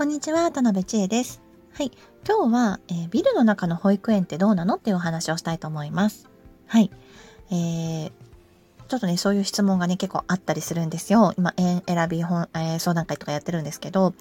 こんにちは、田辺千恵です。はい、今日は、ビルの中の保育園ってどうなのっていうお話をしたいと思います。はい、ちょっとね、そういう質問がね、結構あったりするんですよ。今、園選び相談会とかやってるんですけど、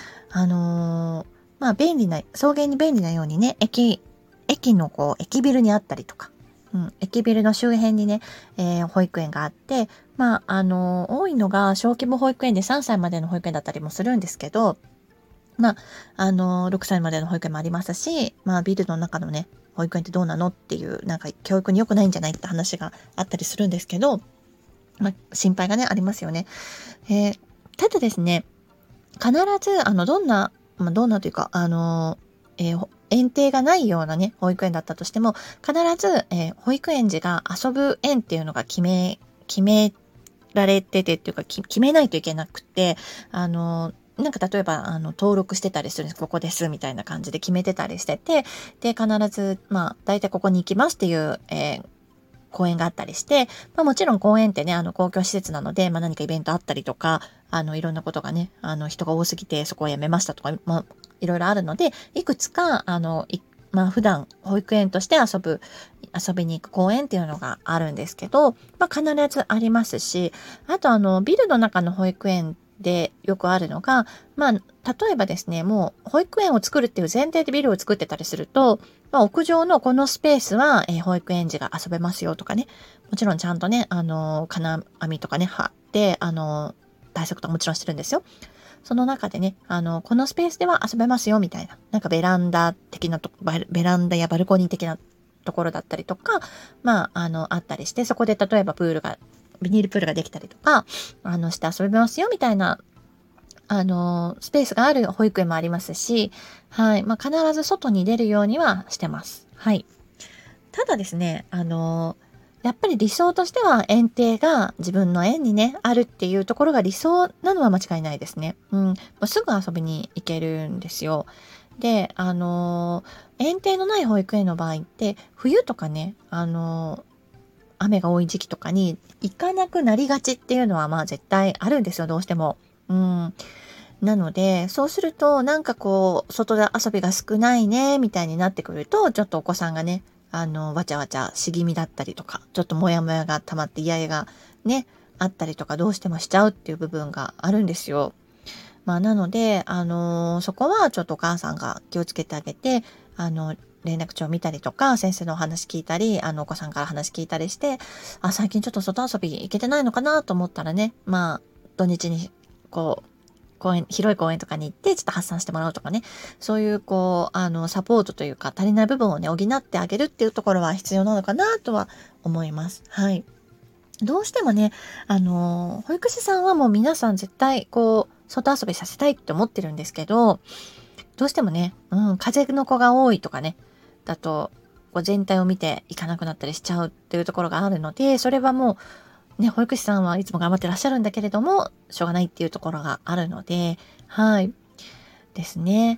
送迎に便利なようにね、駅の駅ビルにあったりとか、駅ビルの周辺にね、保育園があって、多いのが小規模保育園で3歳までの保育園だったりもするんですけど、6歳までの保育園もありますし、ビルの中のね、保育園ってどうなのっていう、なんか教育に良くないんじゃないって話があったりするんですけど、心配がね、ありますよね。ただですね、必ず、どんなというか、園庭がないようなね、保育園だったとしても、必ず、保育園児が遊ぶ園っていうのが決められててっていうか、決めないといけなくて、例えば、登録してたりするんです。ここです、みたいな感じで決めてたりしてて、で、必ず、大体ここに行きますっていう、公園があったりして、もちろん公園ってね、公共施設なので、何かイベントあったりとか、いろんなことがね、人が多すぎてそこはやめましたとか、いろいろあるので、いくつか、普段保育園として遊びに行く公園っていうのがあるんですけど、必ずありますし、あとビルの中の保育園でよくあるのが、例えばですね、もう保育園を作るっていう前提でビルを作ってたりすると、屋上のこのスペースは、保育園児が遊べますよとかね、もちろんちゃんとね、金網とかね、張って、対策とかもちろんしてるんですよ。その中でね、このスペースでは遊べますよみたいな、なんかベランダやバルコニー的なところだったりとか、あったりして、そこで例えばビニールプールができたりとか、して遊べますよみたいな、スペースがある保育園もありますし、はい。必ず外に出るようにはしてます。はい。ただですね、やっぱり理想としては園庭が自分の園にね、あるっていうところが理想なのは間違いないですね。もうすぐ遊びに行けるんですよ。で、園庭のない保育園の場合って、冬とかね、雨が多い時期とかに行かなくなりがちっていうのは絶対あるんですよ、どうしても。なので、そうすると、外で遊びが少ないね、みたいになってくると、ちょっとお子さんがね、わちゃわちゃし気味だったりとか、ちょっとモヤモヤが溜まって嫌々がね、あったりとか、どうしてもしちゃうっていう部分があるんですよ。なので、そこはちょっとお母さんが気をつけてあげて、連絡帳見たりとか、先生のお話聞いたり、お子さんから話聞いたりして、最近ちょっと外遊び行けてないのかなと思ったらね、土日に、広い公園とかに行って、ちょっと発散してもらうとかね、そういう、サポートというか、足りない部分をね、補ってあげるっていうところは必要なのかなとは思います。はい。どうしてもね、保育士さんはもう皆さん絶対、外遊びさせたいって思ってるんですけど、どうしてもね、風邪の子が多いとかね、だと、全体を見ていかなくなったりしちゃうっていうところがあるので、それはもう、ね、保育士さんはいつも頑張ってらっしゃるんだけれども、しょうがないっていうところがあるので、はい。ですね。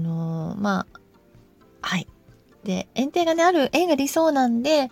はい。で、園庭がね、ある園が理想なんで、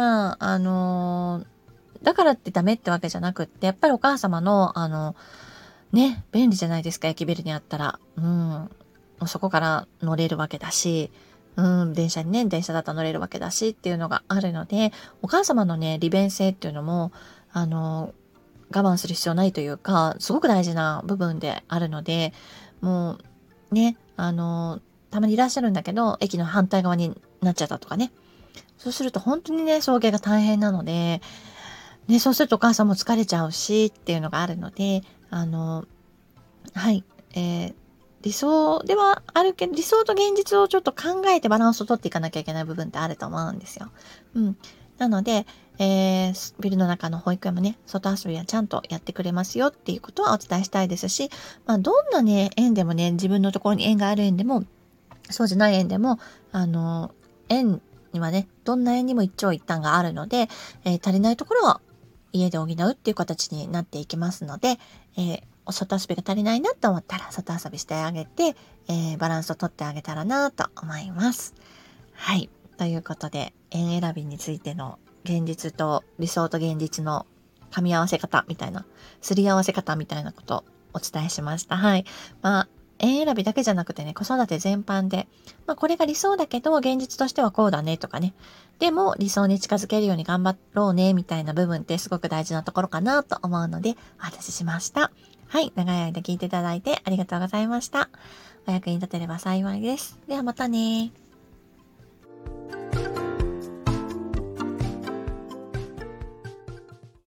だからってダメってわけじゃなくって、やっぱりお母様の、便利じゃないですか、駅ビルにあったら。もうそこから乗れるわけだし、電車だったら乗れるわけだしっていうのがあるので、お母様のね、利便性っていうのも、我慢する必要ないというか、すごく大事な部分であるので、もう、ね、たまにいらっしゃるんだけど、駅の反対側になっちゃったとかね。そうすると本当にね、送迎が大変なので、ね、そうするとお母さんも疲れちゃうしっていうのがあるので、はい、理想ではあるけど、理想と現実をちょっと考えてバランスを取っていかなきゃいけない部分ってあると思うんですよ。なので、ビルの中の保育園もね、外遊びはちゃんとやってくれますよっていうことはお伝えしたいですし、どんなね、園でもね、自分のところに園がある園でも、そうじゃない園でも、園にはね、どんな園にも一長一短があるので、足りないところは家で補うっていう形になっていきますので、お外遊びが足りないなと思ったら外遊びしてあげて、バランスをとってあげたらなと思います。はい。ということで、園選びについての現実と理想と現実の噛み合わせ方みたいな、すり合わせ方みたいなことをお伝えしました。はい。 園選びだけじゃなくてね、子育て全般で、これが理想だけど、現実としてはこうだねとかね。でも、理想に近づけるように頑張ろうね、みたいな部分ってすごく大事なところかなと思うので、お話ししました。はい、長い間聞いていただいてありがとうございました。お役に立てれば幸いです。ではまたね。